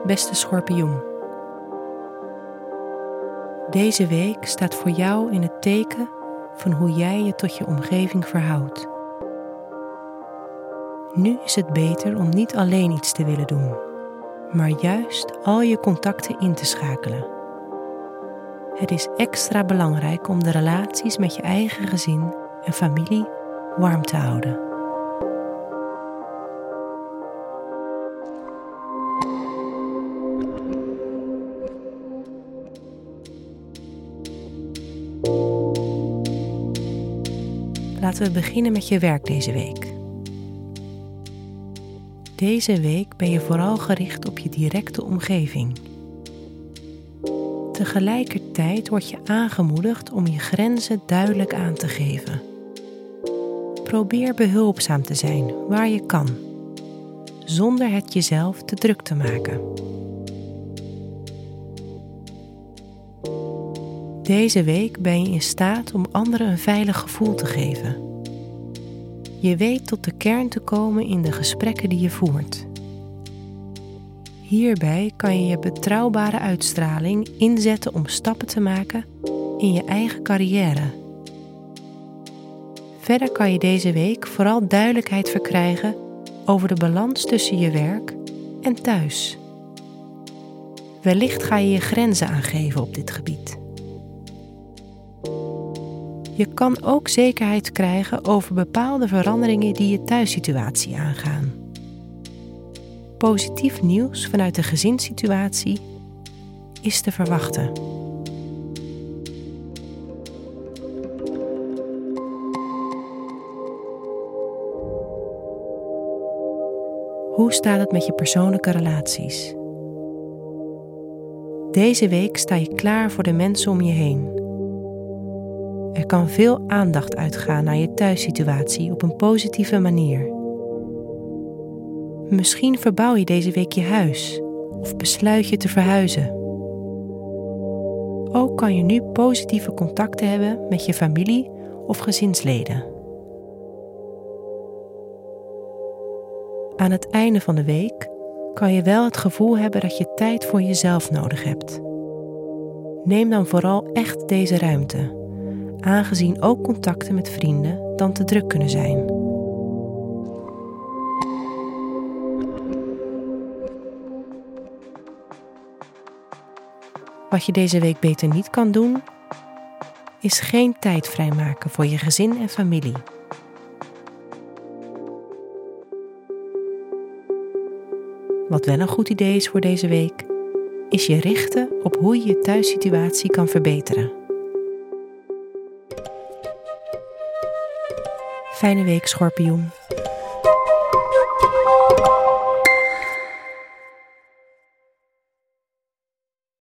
Beste schorpioen. Deze week staat voor jou in het teken van hoe jij je tot je omgeving verhoudt. Nu is het beter om niet alleen iets te willen doen, maar juist al je contacten in te schakelen. Het is extra belangrijk om de relaties met je eigen gezin en familie warm te houden. Laten we beginnen met je werk deze week. Deze week ben je vooral gericht op je directe omgeving. Tegelijkertijd word je aangemoedigd om je grenzen duidelijk aan te geven. Probeer behulpzaam te zijn waar je kan, zonder het jezelf te druk te maken. Deze week ben je in staat om anderen een veilig gevoel te geven. Je weet tot de kern te komen in de gesprekken die je voert. Hierbij kan je je betrouwbare uitstraling inzetten om stappen te maken in je eigen carrière. Verder kan je deze week vooral duidelijkheid verkrijgen over de balans tussen je werk en thuis. Wellicht ga je je grenzen aangeven op dit gebied. Je kan ook zekerheid krijgen over bepaalde veranderingen die je thuissituatie aangaan. Positief nieuws vanuit de gezinssituatie is te verwachten. Hoe staat het met je persoonlijke relaties? Deze week sta je klaar voor de mensen om je heen. Er kan veel aandacht uitgaan naar je thuissituatie op een positieve manier. Misschien verbouw je deze week je huis of besluit je te verhuizen. Ook kan je nu positieve contacten hebben met je familie of gezinsleden. Aan het einde van de week kan je wel het gevoel hebben dat je tijd voor jezelf nodig hebt. Neem dan vooral echt deze ruimte, aangezien ook contacten met vrienden dan te druk kunnen zijn. Wat je deze week beter niet kan doen, is geen tijd vrijmaken voor je gezin en familie. Wat wel een goed idee is voor deze week, is je richten op hoe je je thuissituatie kan verbeteren. Fijne week, schorpioen.